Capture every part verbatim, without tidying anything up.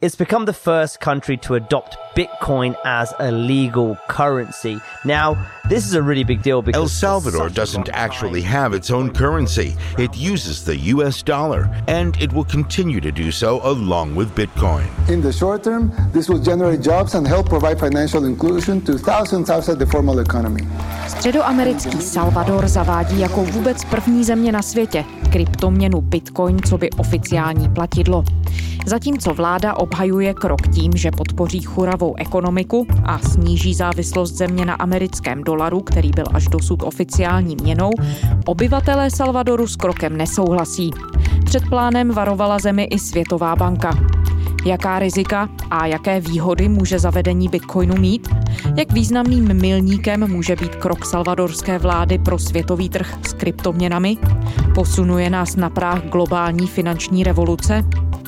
It's become the first country to adopt Bitcoin as a legal currency. Now, this is a really big deal because El Salvador doesn't actually have its own currency. It uses the U S dollar, and it will continue to do so along with Bitcoin. In the short term, this will generate jobs and help provide financial inclusion to thousands outside the formal economy. Středoamerický Salvador zavádí jako vůbec první země na světě kryptoměnu Bitcoin coby oficiální platidlo. Zatímco vláda obhajuje krok tím, že podpoří churavou ekonomiku a sníží závislost země na americkém dolaru, který byl až dosud oficiální měnou, obyvatelé Salvadoru s krokem nesouhlasí. Před plánem varovala zemi i Světová banka. Jaká rizika a jaké výhody může zavedení Bitcoinu mít? Jak významným milníkem může být krok salvadorské vlády pro světový trh s kryptoměnami? Posunuje nás na práh globální finanční revoluce?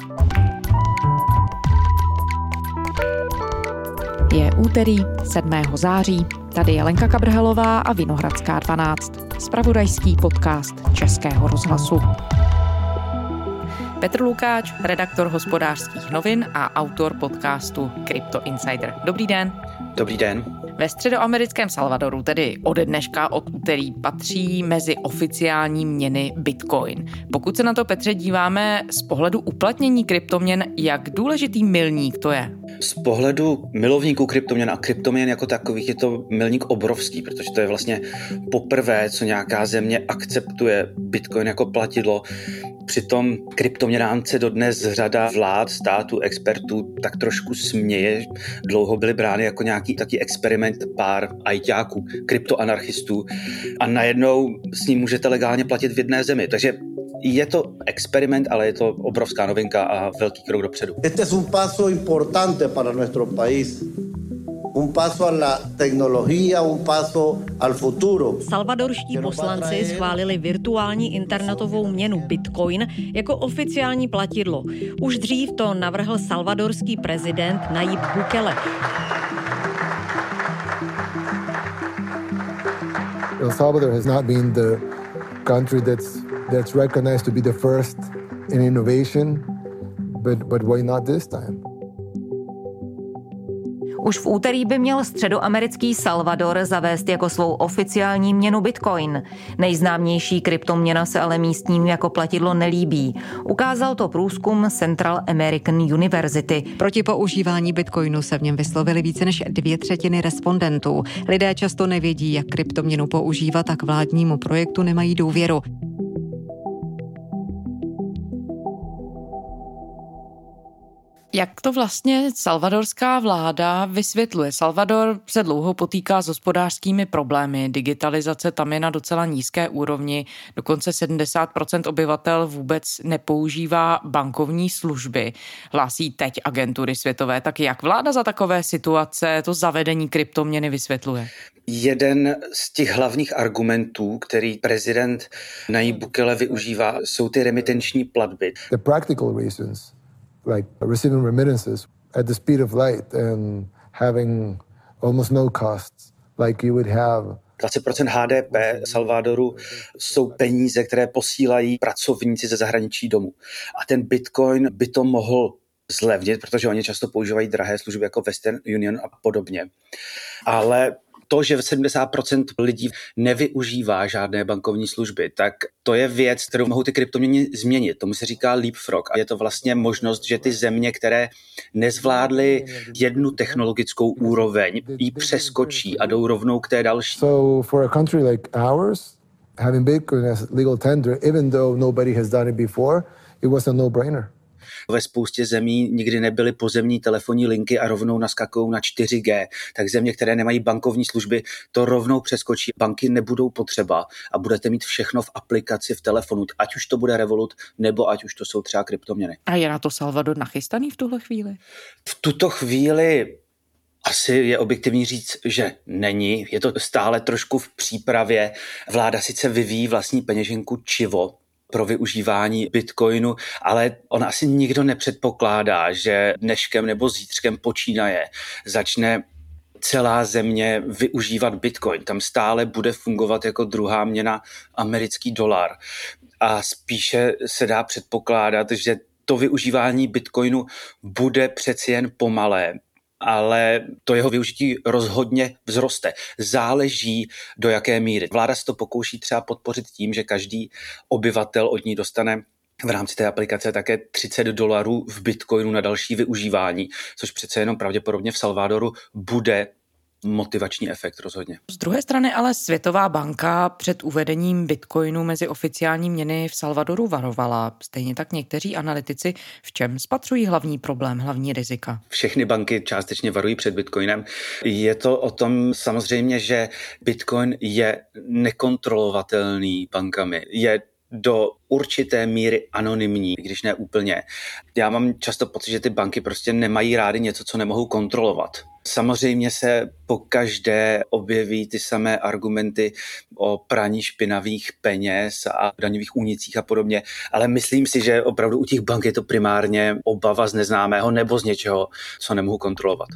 Je úterý sedmého září. Tady je Lenka Kabrhelová a Vinohradská dvanáct. Zpravodajský podcast Českého rozhlasu. Petr Lukáč, redaktor Hospodářských novin a autor podcastu Crypto Insider. Dobrý den. Dobrý den. Ve středoamerickém Salvadoru, tedy ode dneška, od úterý, patří mezi oficiální měny Bitcoin. Pokud se na to, Petře, díváme z pohledu uplatnění kryptoměn, jak důležitý milník to je? Z pohledu milovníků kryptoměn a kryptoměn jako takových je to milník obrovský, protože to je vlastně poprvé, co nějaká země akceptuje Bitcoin jako platidlo. Přitom kryptoměnám se dodnes řada vlád, států, expertů tak trošku směje. Dlouho byly brány jako nějaký taky experiment pár ajťáků, kryptoanarchistů a najednou s ním můžete legálně platit v jedné zemi. Takže je to experiment, ale je to obrovská novinka a velký krok dopředu. Este es un paso importante para nuestro país. Un paso a la tecnología, un paso al futuro. Salvadorští poslanci schválili virtuální internetovou měnu Bitcoin jako oficiální platidlo. Už dřív to navrhl salvadorský prezident Nayib Bukele. El Salvador has not been the country that's that's recognized to be the first in innovation, but but why not this time? Už v úterý by měl středoamerický Salvador zavést jako svou oficiální měnu Bitcoin. Nejznámější kryptoměna se ale místním jako platidlo nelíbí. Ukázal to průzkum Central American University. Proti používání Bitcoinu se v něm vyslovili více než dvě třetiny respondentů. Lidé často nevědí, jak kryptoměnu používat a k vládnímu projektu nemají důvěru. Jak to vlastně salvadorská vláda vysvětluje? Salvador se dlouho potýká s hospodářskými problémy, digitalizace tam je na docela nízké úrovni, dokonce sedmdesát procent obyvatel vůbec nepoužívá bankovní služby, hlásí teď agentury světové. Tak jak vláda za takové situace to zavedení kryptoměny vysvětluje? Jeden z těch hlavních argumentů, který prezident Nayib Bukele využívá, jsou ty remitenční platby. The practical reasons, like receiving remittances at the speed of light and having almost no costs, like you would have. dvacet procent H D P Salvadoru jsou peníze, které posílají pracovníci ze zahraničí domů. A ten Bitcoin by to mohl zlevnit, protože oni často používají drahé služby jako Western Union a podobně. Ale to, že sedmdesát procent lidí nevyužívá žádné bankovní služby, tak to je věc, kterou mohou ty kryptoměny změnit. Tomu se říká leapfrog a je to vlastně možnost, že ty země, které nezvládly jednu technologickou úroveň, ji přeskočí a jdou rovnou k té další. So for a country like ours, having Bitcoin as legal tender, even though nobody has done it before, it was a no-brainer. Ve spoustě zemí nikdy nebyly pozemní telefonní linky a rovnou naskakují na čtyři G. Tak země, které nemají bankovní služby, to rovnou přeskočí. Banky nebudou potřeba a budete mít všechno v aplikaci v telefonu, ať už to bude Revolut, nebo ať už to jsou třeba kryptoměny. A je na to Salvador nachystaný v tuhle chvíli? V tuto chvíli asi je objektivní říct, že není. Je to stále trošku v přípravě. Vláda sice vyvíjí vlastní peněženku Chivo pro využívání Bitcoinu, ale on asi nikdo nepředpokládá, že dneškem nebo zítřkem počínaje začne celá země využívat Bitcoin. Tam stále bude fungovat jako druhá měna americký dolar. A spíše se dá předpokládat, že to využívání Bitcoinu bude přeci jen pomalé, ale to jeho využití rozhodně vzroste. Záleží, do jaké míry. Vláda se to pokouší třeba podpořit tím, že každý obyvatel od ní dostane v rámci té aplikace také třicet dolarů v Bitcoinu na další využívání, což přece jenom pravděpodobně v Salvadoru bude motivační efekt rozhodně. Z druhé strany ale Světová banka před uvedením Bitcoinu mezi oficiální měny v Salvadoru varovala. Stejně tak někteří analytici, v čem spatřují hlavní problém, hlavní rizika. Všechny banky částečně varují před Bitcoinem. Je to o tom samozřejmě, že Bitcoin je nekontrolovatelný bankami. Je do určité míry anonymní, když ne úplně. Já mám často pocit, že ty banky prostě nemají rády něco, co nemohou kontrolovat. Samozřejmě se pokaždé objeví ty samé argumenty o praní špinavých peněz a daňových únicích a podobně, ale myslím si, že opravdu u těch bank je to primárně obava z neznámého nebo z něčeho, co nemohu kontrolovat.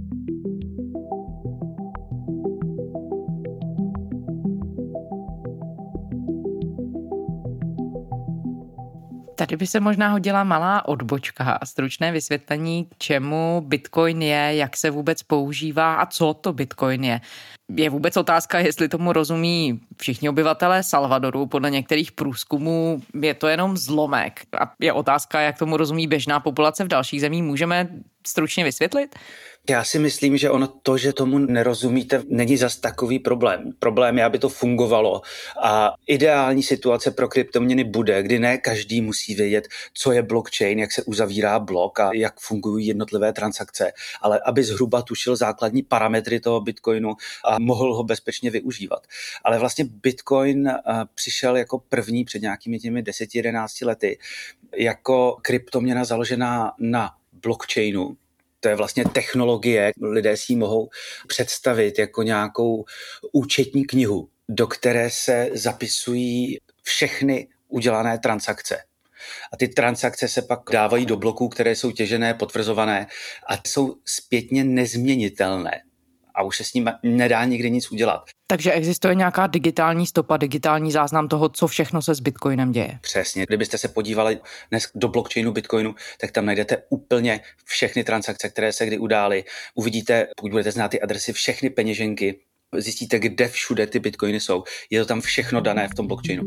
Tady by se možná hodila malá odbočka a stručné vysvětlení, k čemu Bitcoin je, jak se vůbec používá a co to Bitcoin je. Je vůbec otázka, jestli tomu rozumí všichni obyvatelé Salvadoru. Podle některých průzkumů je to jenom zlomek. A je otázka, jak tomu rozumí běžná populace v dalších zemích. Můžeme stručně vysvětlit? Já si myslím, že ono to, že tomu nerozumíte, není zas takový problém. Problém je, aby to fungovalo. A ideální situace pro kryptoměny bude, kdy ne každý musí vědět, co je blockchain, jak se uzavírá blok a jak fungují jednotlivé transakce, ale aby zhruba tušil základní parametry toho Bitcoinu a mohl ho bezpečně využívat. Ale vlastně Bitcoin přišel jako první před nějakými těmi deset jedenáct lety jako kryptoměna založená na blockchainu. To je vlastně technologie, lidé si ji mohou představit jako nějakou účetní knihu, do které se zapisují všechny udělané transakce. A ty transakce se pak dávají do bloků, které jsou těžené, potvrzované a jsou zpětně nezměnitelné. A už se s ním nedá nikdy nic udělat. Takže existuje nějaká digitální stopa, digitální záznam toho, co všechno se s Bitcoinem děje. Přesně. Kdybyste se podívali dnes do blockchainu Bitcoinu, tak tam najdete úplně všechny transakce, které se kdy udály. Uvidíte, pokud budete znát ty adresy, všechny peněženky, zjistíte, kde všude ty Bitcoiny jsou. Je to tam všechno dané v tom blockchainu.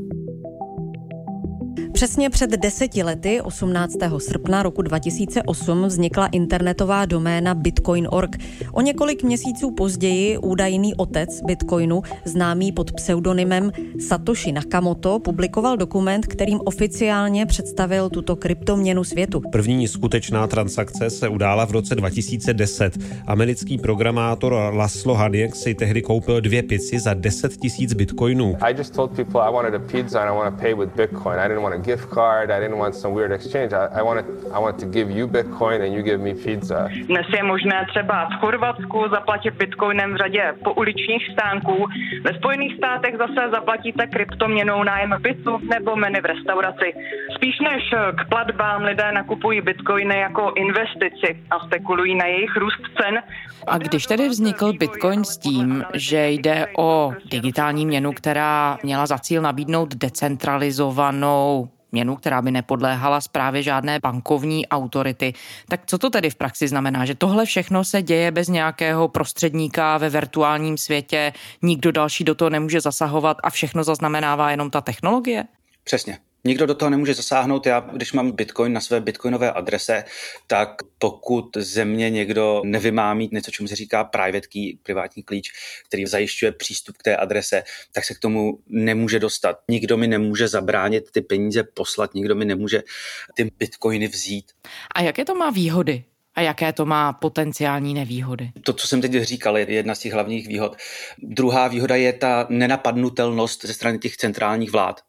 Přesně před deseti lety, osmnáctého srpna roku dva tisíce osm, vznikla internetová doména bitcoin tečka org. O několik měsíců později údajný otec Bitcoinu, známý pod pseudonymem Satoshi Nakamoto, publikoval dokument, kterým oficiálně představil tuto kryptoměnu světu. První skutečná transakce se udála v roce dva tisíce deset. Americký programátor Laszlo Haniek si tehdy koupil dvě pici za deset tisíc bitcoinů. I just told people I wanted a pizza and I want to pay with Bitcoin. I didn't want to gift card, I didn't want some weird exchange. I, I wanted I wanted to give you Bitcoin and you give me pizza. Dnes je možné třeba v Chorvatsku zaplatit Bitcoinem v řadě pouličních stánků. Ve Spojených státech zase zaplatíte kryptoměnou nájem bytu nebo menu v restauraci. Spíš než k platbám lidé nakupují Bitcoiny jako investici a spekulují na jejich růst cen. A když tedy vznikl Bitcoin s tím, že jde o digitální měnu, která měla za cíl nabídnout decentralizovanou měnu, která by nepodléhala správě žádné bankovní autority. Tak co to tedy v praxi znamená? Že tohle všechno se děje bez nějakého prostředníka ve virtuálním světě, nikdo další do toho nemůže zasahovat a všechno zaznamenává jenom ta technologie? Přesně. Nikdo do toho nemůže zasáhnout. Já, když mám Bitcoin na své bitcoinové adrese, tak pokud ze mě někdo nevymámí něco, čemu se říká private key, privátní klíč, který zajišťuje přístup k té adrese, tak se k tomu nemůže dostat. Nikdo mi nemůže zabránit ty peníze poslat, nikdo mi nemůže ty bitcoiny vzít. A jaké to má výhody? A jaké to má potenciální nevýhody? To, co jsem teď říkal, je jedna z těch hlavních výhod. Druhá výhoda je ta nenapadnutelnost ze strany těch centrálních vlád.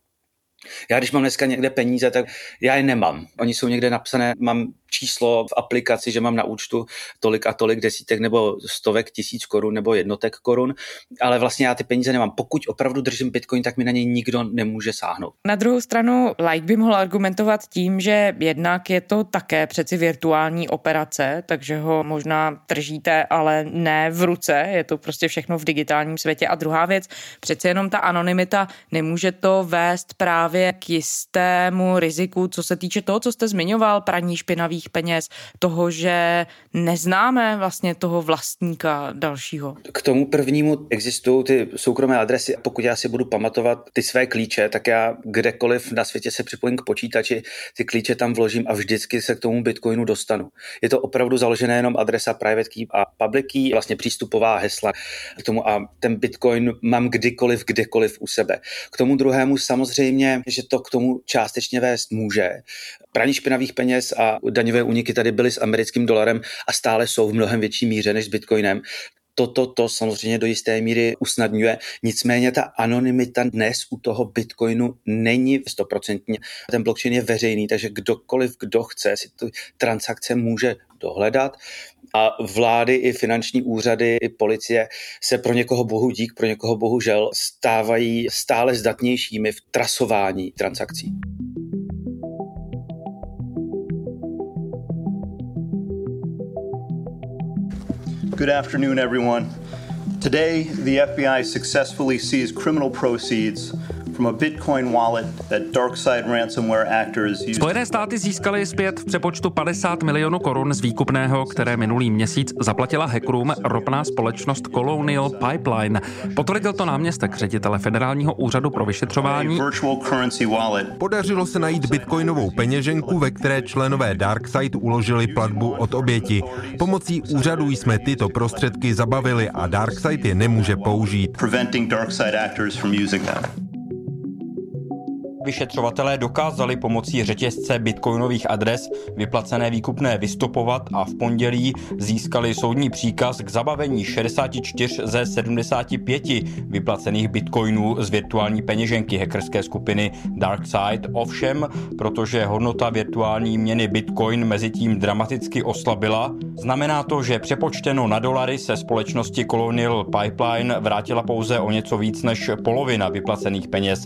Já když mám dneska někde peníze, tak já je nemám. Oni jsou někde napsané, mám číslo v aplikaci, že mám na účtu tolik a tolik desítek nebo stovek tisíc korun nebo jednotek korun, ale vlastně já ty peníze nemám. Pokud opravdu držím Bitcoin, tak mi na něj nikdo nemůže sáhnout. Na druhou stranu, laik by mohl argumentovat tím, že jednak je to také přeci virtuální operace, takže ho možná držíte, ale ne v ruce, je to prostě všechno v digitálním světě. A druhá věc, přeci jenom ta anonymita, nemůže to vést právě právě k jistému riziku, co se týče toho, co jste zmiňoval, praní špinavých peněz, toho, že neznáme vlastně toho vlastníka dalšího? K tomu prvnímu existují ty soukromé adresy. Pokud já si budu pamatovat ty své klíče, tak já kdekoliv na světě se připojím k počítači, ty klíče tam vložím a vždycky se k tomu Bitcoinu dostanu. Je to opravdu založené jenom adresa private key a public key, vlastně přístupová hesla k tomu a ten Bitcoin mám kdykoliv, kdekoliv u sebe. K tomu druhému samozřejmě, že to k tomu částečně vést může. Praní špinavých peněz a daňové úniky tady byly s americkým dolarem a stále jsou v mnohem větší míře než s Bitcoinem. Toto to samozřejmě do jisté míry usnadňuje. Nicméně ta anonymita dnes u toho Bitcoinu není stoprocentně. Ten blockchain je veřejný, takže kdokoliv, kdo chce, si tu transakce může dohledat. A vlády i finanční úřady, i policie se pro někoho bohu dík, pro někoho bohužel stávají stále zdatnějšími v trasování transakcí. Good afternoon, everyone. Today, the F B I successfully seized criminal proceeds from a Bitcoin wallet that DarkSide ransomware actors used. Spojené státy získaly zpět v přepočtu padesát milionů korun z výkupného, které minulý měsíc zaplatila hackerům ropná společnost Colonial Pipeline. Potvrdil to náměstek ředitele Federálního úřadu pro vyšetřování. Podařilo se najít bitcoinovou peněženku, ve které členové DarkSide uložili platbu od oběti. Pomocí úřadů jsme tyto prostředky zabavili a DarkSide je nemůže použít. Vyšetřovatelé dokázali pomocí řetězce bitcoinových adres vyplacené výkupné vystopovat a v pondělí získali soudní příkaz k zabavení šedesát čtyři ze sedmdesáti pěti vyplacených bitcoinů z virtuální peněženky hackerské skupiny DarkSide. Ovšem, protože hodnota virtuální měny Bitcoin mezitím dramaticky oslabila, znamená to, že přepočteno na dolary se společnosti Colonial Pipeline vrátila pouze o něco víc než polovina vyplacených peněz.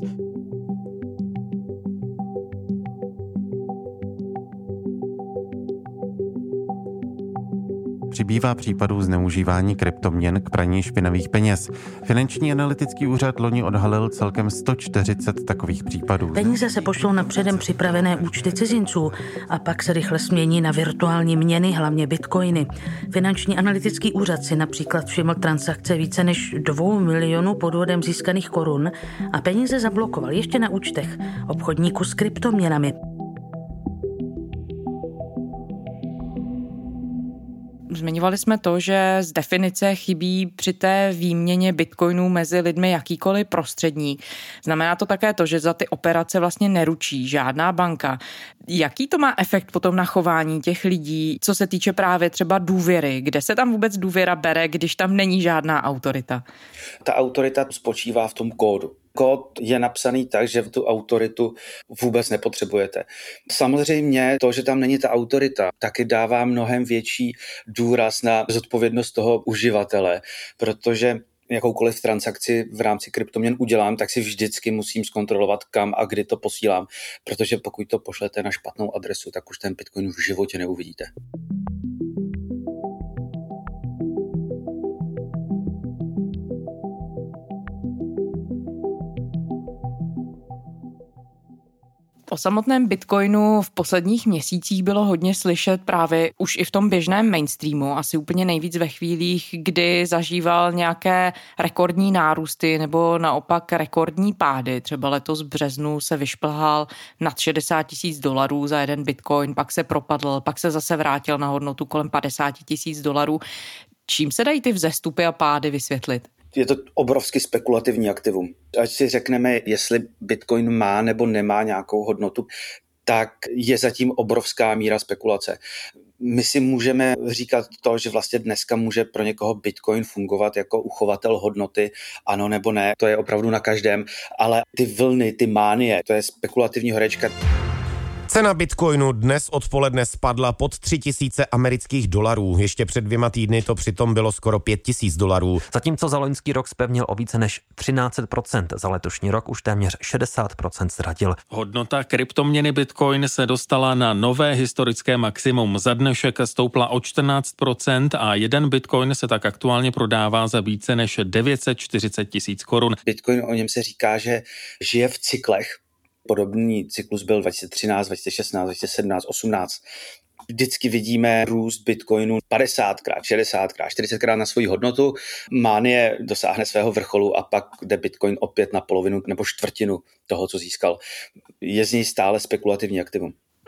Přibývá případů zneužívání kryptoměn k praní špinavých peněz. Finanční analytický úřad loni odhalil celkem sto čtyřicet takových případů. Peníze se pošlou na předem připravené účty cizinců a pak se rychle smění na virtuální měny, hlavně bitcoiny. Finanční analytický úřad si například všiml transakce více než dvou milionů podvodem získaných korun a peníze zablokoval ještě na účtech obchodníků s kryptoměnami. Zmiňovali jsme to, že z definice chybí při té výměně bitcoinů mezi lidmi jakýkoliv prostředník. Znamená to také to, že za ty operace vlastně neručí žádná banka. Jaký to má efekt potom na chování těch lidí, co se týče právě třeba důvěry? Kde se tam vůbec důvěra bere, když tam není žádná autorita? Ta autorita spočívá v tom kódu. Kód je napsaný tak, že tu autoritu vůbec nepotřebujete. Samozřejmě to, že tam není ta autorita, taky dává mnohem větší důraz na zodpovědnost toho uživatele, protože jakoukoliv transakci v rámci kryptoměn udělám, tak si vždycky musím zkontrolovat, kam a kdy to posílám, protože pokud to pošlete na špatnou adresu, tak už ten Bitcoin v životě neuvidíte. O samotném Bitcoinu v posledních měsících bylo hodně slyšet právě už i v tom běžném mainstreamu, asi úplně nejvíc ve chvílích, kdy zažíval nějaké rekordní nárůsty nebo naopak rekordní pády. Třeba letos v březnu se vyšplhal nad šedesát tisíc dolarů za jeden Bitcoin, pak se propadl, pak se zase vrátil na hodnotu kolem padesát tisíc dolarů. Čím se dají ty vzestupy a pády vysvětlit? Je to obrovsky spekulativní aktivum. Ať si řekneme, jestli Bitcoin má nebo nemá nějakou hodnotu, tak je zatím obrovská míra spekulace. My si můžeme říkat to, že vlastně dneska může pro někoho Bitcoin fungovat jako uchovatel hodnoty, ano nebo ne, to je opravdu na každém, ale ty vlny, ty mánie, to je spekulativní horečka. Cena Bitcoinu dnes odpoledne spadla pod tři tisíce amerických dolarů. Ještě před dvěma týdny to přitom bylo skoro pět tisíc dolarů. Zatímco za loňský rok zpevnil o více než třináct procent, za letošní rok už téměř šedesát procent ztratil. Hodnota kryptoměny Bitcoin se dostala na nové historické maximum. Za dnešek stoupla o čtrnáct procent a jeden Bitcoin se tak aktuálně prodává za více než devět set čtyřicet tisíc korun. Bitcoin, o něm se říká, že žije v cyklech. Podobný cyklus byl dva tisíce třináct, dva tisíce šestnáct, dva tisíce sedmnáct, osmnáct. Vždycky vidíme růst bitcoinu padesátkrát, šedesátkrát, čtyřicetkrát na svoji hodnotu. Mánie dosáhne svého vrcholu a pak jde bitcoin opět na polovinu nebo čtvrtinu toho, co získal. Je z něj stále spekulativní aktivum.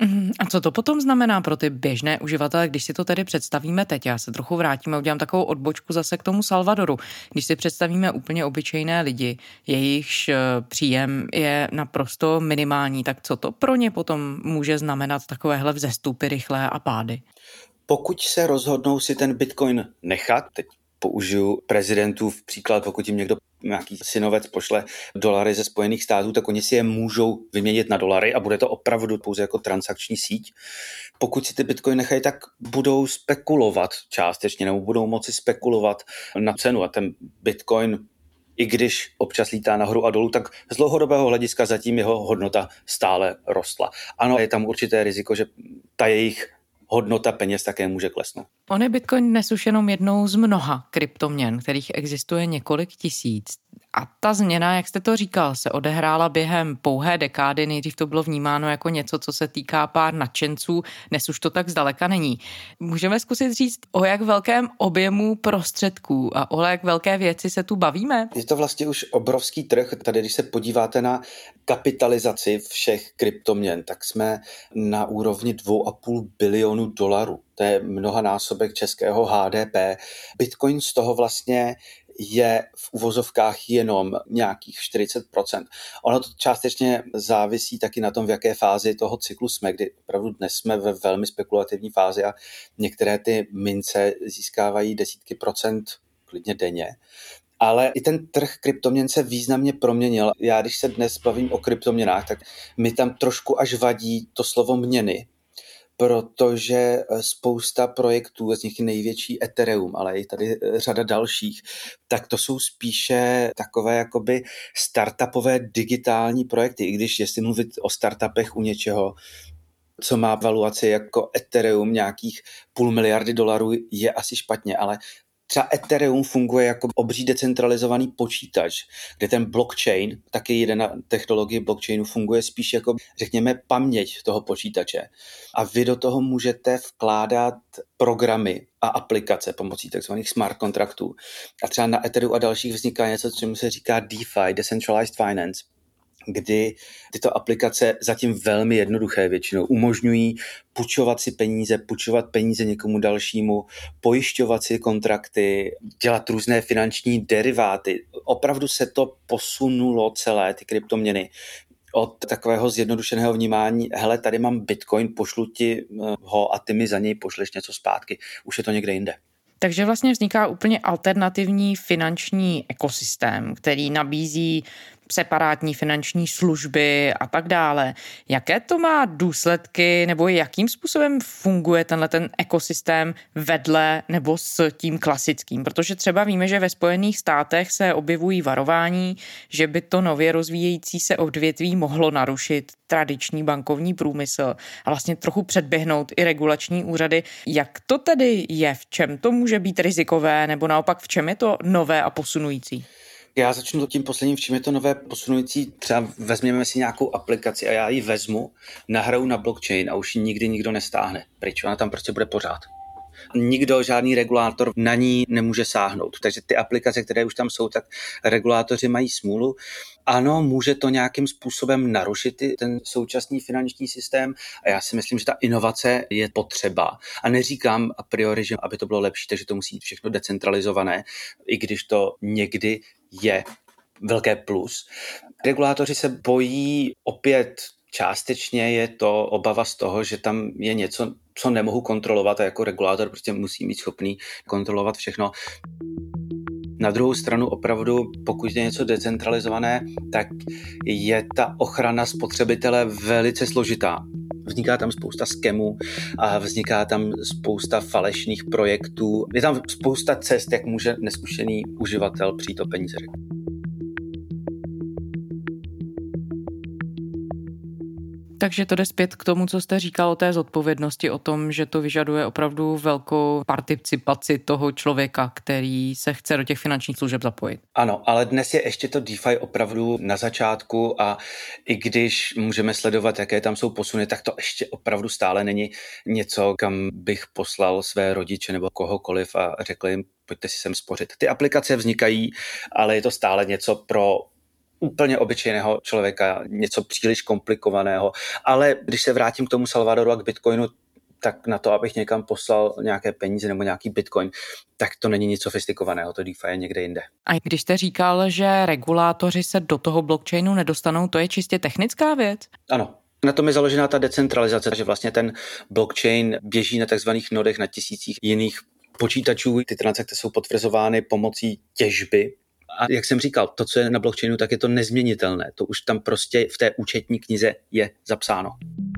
A co to potom znamená pro ty běžné uživatele, když si to tedy představíme teď? Já se trochu vrátím a udělám takovou odbočku zase k tomu Salvadoru. Když si představíme úplně obyčejné lidi, jejichž příjem je naprosto minimální, tak co to pro ně potom může znamenat takovéhle vzestupy rychlé a pády? Pokud se rozhodnou si ten bitcoin nechat, teď použiju prezidentův příklad, pokud jim někdo nějaký synovec pošle dolary ze Spojených států, tak oni si je můžou vyměnit na dolary a bude to opravdu pouze jako transakční síť. Pokud si ty bitcoin nechají, tak budou spekulovat částečně nebo budou moci spekulovat na cenu a ten bitcoin, i když občas lítá nahoru a dolů, tak z dlouhodobého hlediska zatím jeho hodnota stále rostla. Ano, je tam určité riziko, že ta jejich hodnota peněz také může klesnout. On je Bitcoin dnes už jenom jednou z mnoha kryptoměn, kterých existuje několik tisíc. A ta změna, jak jste to říkal, se odehrála během pouhé dekády. Nejdřív to bylo vnímáno jako něco, co se týká pár nadšenců, dnes už to tak zdaleka není. Můžeme zkusit říct, o jak velkém objemu prostředků a o jak velké věci se tu bavíme? Je to vlastně už obrovský trh. Tady, když se podíváte na kapitalizaci všech kryptoměn, tak jsme na úrovni dvou a půl bilionu dolarů. To je mnohanásobek českého H D P. Bitcoin z toho vlastně je v uvozovkách jenom nějakých čtyřicet procent. Ono to částečně závisí taky na tom, v jaké fázi toho cyklu jsme, kdy opravdu dnes jsme ve velmi spekulativní fázi a některé ty mince získávají desítky procent klidně denně. Ale i ten trh kryptoměn se významně proměnil. Já, když se dnes bavím o kryptoměnách, tak mi tam trošku až vadí to slovo měny, protože spousta projektů, z nich největší Ethereum, ale i tady řada dalších, tak to jsou spíše takové jakoby startupové digitální projekty, i když jestli mluvit o startupech u něčeho, co má valuaci jako Ethereum nějakých půl miliardy dolarů, je asi špatně, ale třeba Ethereum funguje jako obří decentralizovaný počítač, kde ten blockchain, taky jedna technologie blockchainu, funguje spíš jako, řekněme, paměť toho počítače. A vy do toho můžete vkládat programy a aplikace pomocí takzvaných smart kontraktů. A třeba na Ethereum a dalších vzniká něco, čemu se říká DeFi, Decentralized Finance, kdy tyto aplikace zatím velmi jednoduché většinou umožňují půjčovat si peníze, půjčovat peníze někomu dalšímu, pojišťovat si kontrakty, dělat různé finanční deriváty. Opravdu se to posunulo celé, ty kryptoměny, od takového zjednodušeného vnímání, hele, tady mám Bitcoin, pošlu ti ho a ty mi za něj pošleš něco zpátky. Už je to někde jinde. Takže vlastně vzniká úplně alternativní finanční ekosystém, který nabízí separátní finanční služby a tak dále. Jaké to má důsledky nebo jakým způsobem funguje tenhle ten ekosystém vedle nebo s tím klasickým? Protože třeba víme, že ve Spojených státech se objevují varování, že by to nově rozvíjející se odvětví mohlo narušit tradiční bankovní průmysl a vlastně trochu předběhnout i regulační úřady. Jak to tedy je? V čem to může být rizikové nebo naopak v čem je to nové a posunující? Já začnu tím posledním, v čem je to nové posunující. Třeba vezměme si nějakou aplikaci a já ji vezmu, nahraju na blockchain a už ji nikdy nikdo nestáhne pryč. Ona tam prostě bude pořád. Nikdo, žádný regulátor na ní nemůže sáhnout. Takže ty aplikace, které už tam jsou, tak regulátoři mají smůlu. Ano, může to nějakým způsobem narušit ten současný finanční systém a já si myslím, že ta inovace je potřeba. A neříkám a priori, že aby to bylo lepší, takže to musí být všechno decentralizované, i když to někdy je velké plus. Regulátoři se bojí opět, částečně je to obava z toho, že tam je něco, co nemohu kontrolovat a jako regulátor prostě musí být schopný kontrolovat všechno. Na druhou stranu opravdu, pokud je něco decentralizované, tak je ta ochrana spotřebitele velice složitá. Vzniká tam spousta skemů a vzniká tam spousta falešných projektů. Je tam spousta cest, jak může neskušený uživatel přijít o peníze. Takže to jde zpět k tomu, co jste říkal o té zodpovědnosti, o tom, že to vyžaduje opravdu velkou participaci toho člověka, který se chce do těch finančních služeb zapojit. Ano, ale dnes je ještě to DeFi opravdu na začátku a i když můžeme sledovat, jaké tam jsou posuny, tak to ještě opravdu stále není něco, kam bych poslal své rodiče nebo kohokoliv a řekl jim, pojďte si sem spořit. Ty aplikace vznikají, ale je to stále něco pro úplně obyčejného člověka, něco příliš komplikovaného. Ale když se vrátím k tomu Salvadoru a k Bitcoinu, tak na to, abych někam poslal nějaké peníze nebo nějaký Bitcoin, tak to není nic sofistikovaného, to DeFi je někde jinde. A když jste říkal, že regulátoři se do toho blockchainu nedostanou, to je čistě technická věc? Ano. Na tom je založená ta decentralizace, že vlastně ten blockchain běží na takzvaných nodech, na tisících jiných počítačů. Ty transakce jsou potvrzovány pomocí těžby. A jak jsem říkal, to, co je na blockchainu, tak je to nezměnitelné. To už tam prostě v té účetní knize je zapsáno.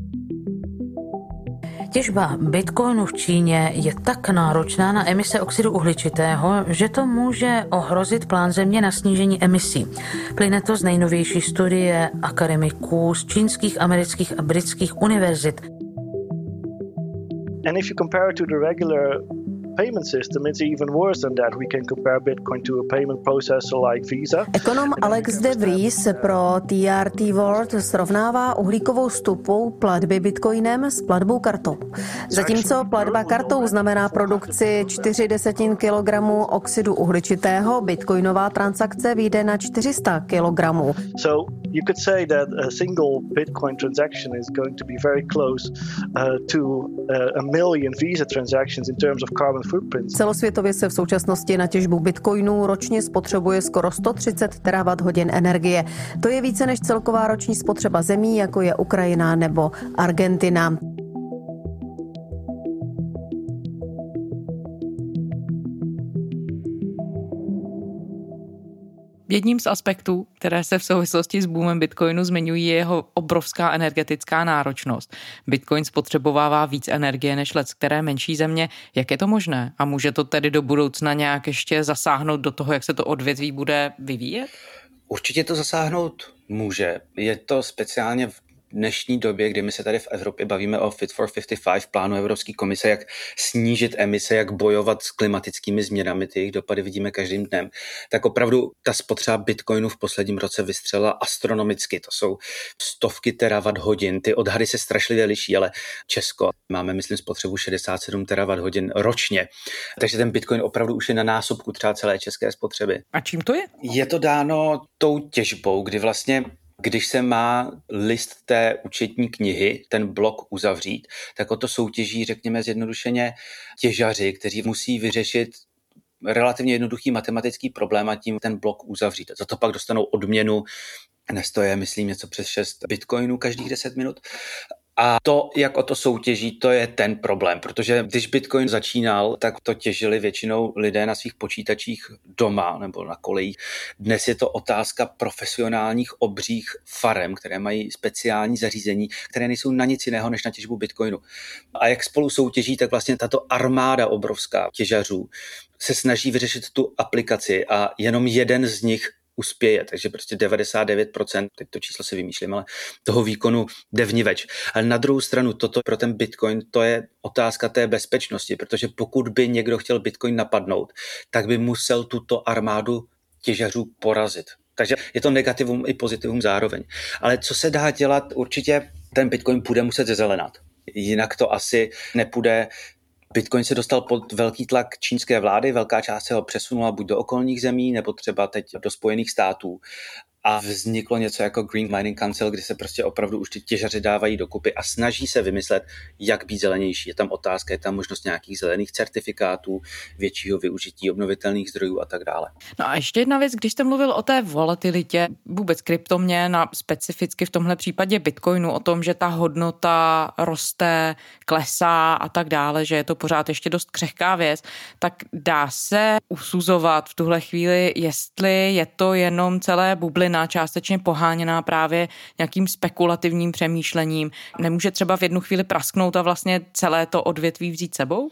Těžba bitcoinu v Číně je tak náročná na emise oxidu uhličitého, že to může ohrozit plán země na snížení emisí. Plyne to z nejnovější studie akademiků z čínských, amerických a britských univerzit. And if you compare it to the regular payment system, it's even worse than that. We can compare Bitcoin to a payment processor like Visa. Ekonom Alex de Vries pro T R T World srovnává uhlíkovou stopou platby bitcoinem s platbou kartou. Zatímco platba kartou znamená produkci čtyři desetin kilogramu oxidu uhličitého, bitcoinová transakce vyjde na čtyři sta kilogramů. So you could say that a single Bitcoin transaction is going to be very close uh, to uh, a million Visa transactions in terms of carbon footprint. Celosvětově se v současnosti na těžbu bitcoinů ročně spotřebuje skoro sto třicet terawatt hodin energie. To je více než celková roční spotřeba zemí, jako je Ukrajina nebo Argentina. Jedním z aspektů, které se v souvislosti s boomem Bitcoinu zmiňují, je jeho obrovská energetická náročnost. Bitcoin spotřebovává víc energie než leckteré menší země. Jak je to možné? A může to tedy do budoucna nějak ještě zasáhnout do toho, jak se to odvětví bude vyvíjet? Určitě to zasáhnout může. Je to speciálně v dnešní době, kdy my se tady v Evropě bavíme o Fit for padesát pět, plánu Evropské komise, jak snížit emise, jak bojovat s klimatickými změnami, ty jejich dopady vidíme každým dnem, tak opravdu ta spotřeba bitcoinu v posledním roce vystřelila astronomicky. To jsou stovky terawatt hodin, ty odhady se strašlivě liší, ale Česko máme, myslím, spotřebu šedesát sedm terawatt hodin ročně. Takže ten bitcoin opravdu už je na násobku třeba celé české spotřeby. A čím to je? Je to dáno tou těžbou, kdy vlastně když se má list té účetní knihy, ten blok uzavřít, tak o to soutěží, řekněme zjednodušeně, těžaři, kteří musí vyřešit relativně jednoduchý matematický problém a tím ten blok uzavřít. Za to pak dostanou odměnu, dnes to je, myslím, něco přes šest bitcoinů každých deset minut. A to, jak o to soutěží, to je ten problém, protože když Bitcoin začínal, tak to těžili většinou lidé na svých počítačích doma nebo na kolejích. Dnes je to otázka profesionálních obřích farem, které mají speciální zařízení, které nejsou na nic jiného než na těžbu Bitcoinu. A jak spolu soutěží, tak vlastně tato armáda obrovská těžařů se snaží vyřešit tu aplikaci a jenom jeden z nich uspěje, takže prostě devadesát devět procent, teď to číslo si vymýšlím, ale toho výkonu jde vniveč. Ale na druhou stranu toto pro ten Bitcoin, to je otázka té bezpečnosti, protože pokud by někdo chtěl Bitcoin napadnout, tak by musel tuto armádu těžařů porazit. Takže je to negativum i pozitivum zároveň. Ale co se dá dělat, určitě ten Bitcoin bude muset zezelenat. Jinak to asi nepůjde. Bitcoin se dostal pod velký tlak čínské vlády, velká část se ho přesunula buď do okolních zemí, nebo třeba teď do Spojených států. A vzniklo něco jako Green Mining Council, kdy se prostě opravdu už ty těžaři dávají dokupy a snaží se vymyslet, jak být zelenější. Je tam otázka, je tam možnost nějakých zelených certifikátů, většího využití obnovitelných zdrojů a tak dále. No a ještě jedna věc, když jste mluvil o té volatilitě, vůbec kryptoměn a specificky v tomhle případě Bitcoinu, o tom, že ta hodnota roste, klesá a tak dále, že je to pořád ještě dost křehká věc, tak dá se usuzovat v tuhle chvíli, jestli je to jenom celé bublina, částečně poháněná právě nějakým spekulativním přemýšlením. Nemůže třeba v jednu chvíli prasknout a vlastně celé to odvětví vzít sebou?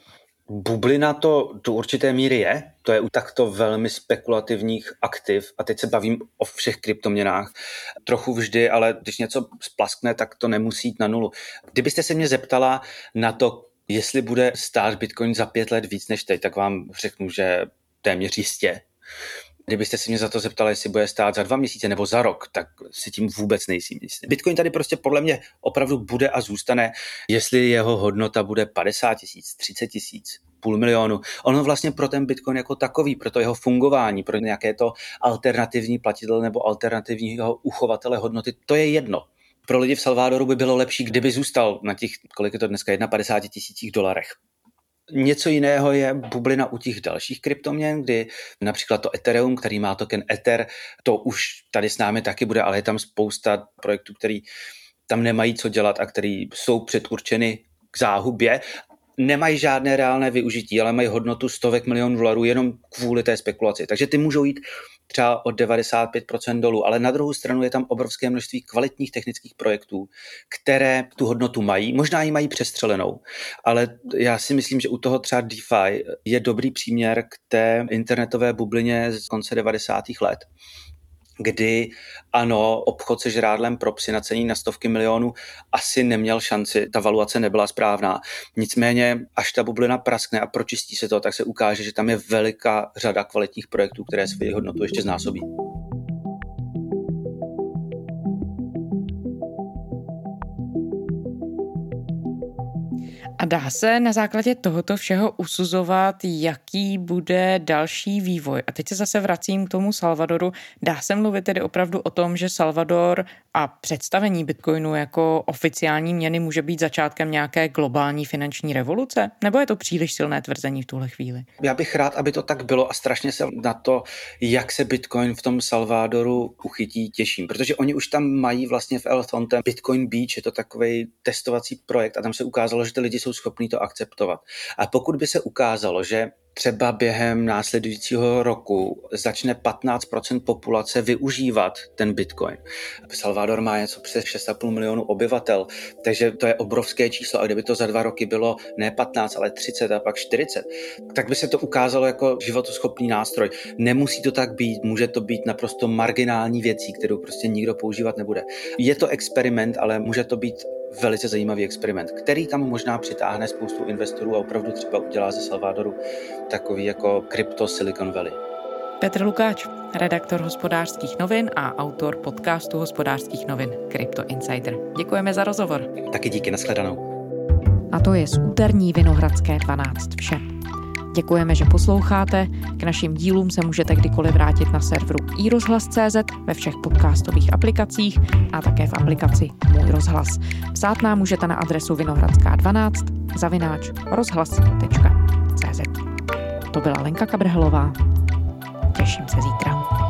Bublina to do určité míry je, to je u takto velmi spekulativních aktiv a teď se bavím o všech kryptoměnách. Trochu vždy, ale když něco splaskne, tak to nemusí jít na nulu. Kdybyste se mě zeptala na to, jestli bude stát Bitcoin za pět let víc než teď, tak vám řeknu, že téměř jistě. Kdybyste se mě za to zeptali, jestli bude stát za dva měsíce nebo za rok, tak si tím vůbec nejsem jistý. Bitcoin tady prostě podle mě opravdu bude a zůstane, jestli jeho hodnota bude padesát tisíc, třicet tisíc, půl milionu. Ono vlastně pro ten Bitcoin jako takový, pro to jeho fungování, pro nějaké to alternativní platidlo nebo alternativního uchovatele hodnoty, to je jedno. Pro lidi v Salvadoru by bylo lepší, kdyby zůstal na těch, kolik je to dneska, padesát jedna tisících dolarech. Něco jiného je bublina u těch dalších kryptoměn, kdy například to Ethereum, který má token Ether, to už tady s námi taky bude, ale je tam spousta projektů, který tam nemají co dělat a který jsou předurčeny k záhubě. Nemají žádné reálné využití, ale mají hodnotu stovek milionů dolarů jenom kvůli té spekulaci. Takže ty můžou jít třeba o devadesát pět procent dolů, ale na druhou stranu je tam obrovské množství kvalitních technických projektů, které tu hodnotu mají, možná ji mají přestřelenou, ale já si myslím, že u toho třeba DeFi je dobrý příměr k té internetové bublině z konce devadesátých let, kdy ano, obchod se žrádlem pro psy nacení na stovky milionů asi neměl šanci, ta valuace nebyla správná. Nicméně, až ta bublina praskne a pročistí se to, tak se ukáže, že tam je veliká řada kvalitních projektů, které svoji hodnotu ještě znásobí. A dá se na základě tohoto všeho usuzovat, jaký bude další vývoj? A teď se zase vracím k tomu Salvadoru. Dá se mluvit tedy opravdu o tom, že Salvador a představení Bitcoinu jako oficiální měny může být začátkem nějaké globální finanční revoluce? Nebo je to příliš silné tvrzení v tuhle chvíli? Já bych rád, aby to tak bylo a strašně se na to, jak se Bitcoin v tom Salvadoru uchytí, těším. Protože oni už tam mají vlastně v El Fonte Bitcoin Beach, je to takový testovací projekt a tam se ukázalo, že ty lidi jsou schopní to akceptovat. A pokud by se ukázalo, že třeba během následujícího roku začne patnáct procent populace využívat ten Bitcoin. Salvador má něco přes šest a půl milionu obyvatel, takže to je obrovské číslo a kdyby to za dva roky bylo ne patnáct, ale třicet a pak čtyřicet, tak by se to ukázalo jako životoschopný nástroj. Nemusí to tak být, může to být naprosto marginální věcí, kterou prostě nikdo používat nebude. Je to experiment, ale může to být velice zajímavý experiment, který tam možná přitáhne spoustu investorů a opravdu třeba udělá ze Salvadoru takový jako krypto Silicon Valley. Petr Lukáč, redaktor Hospodářských novin a autor podcastu Hospodářských novin Crypto Insider. Děkujeme za rozhovor. Taky díky, nashledanou. A to je z úterní Vinohradské dvanáct vše. Děkujeme, že posloucháte. K našim dílům se můžete kdykoliv vrátit na serveru i rozhlas tečka cé zet, ve všech podcastových aplikacích a také v aplikaci Můj rozhlas. Psát nám můžete na adresu vinohradská dvanáct zavináč rozhlas tečka cé zet. To byla Lenka Kabrhelová. Těším se zítra.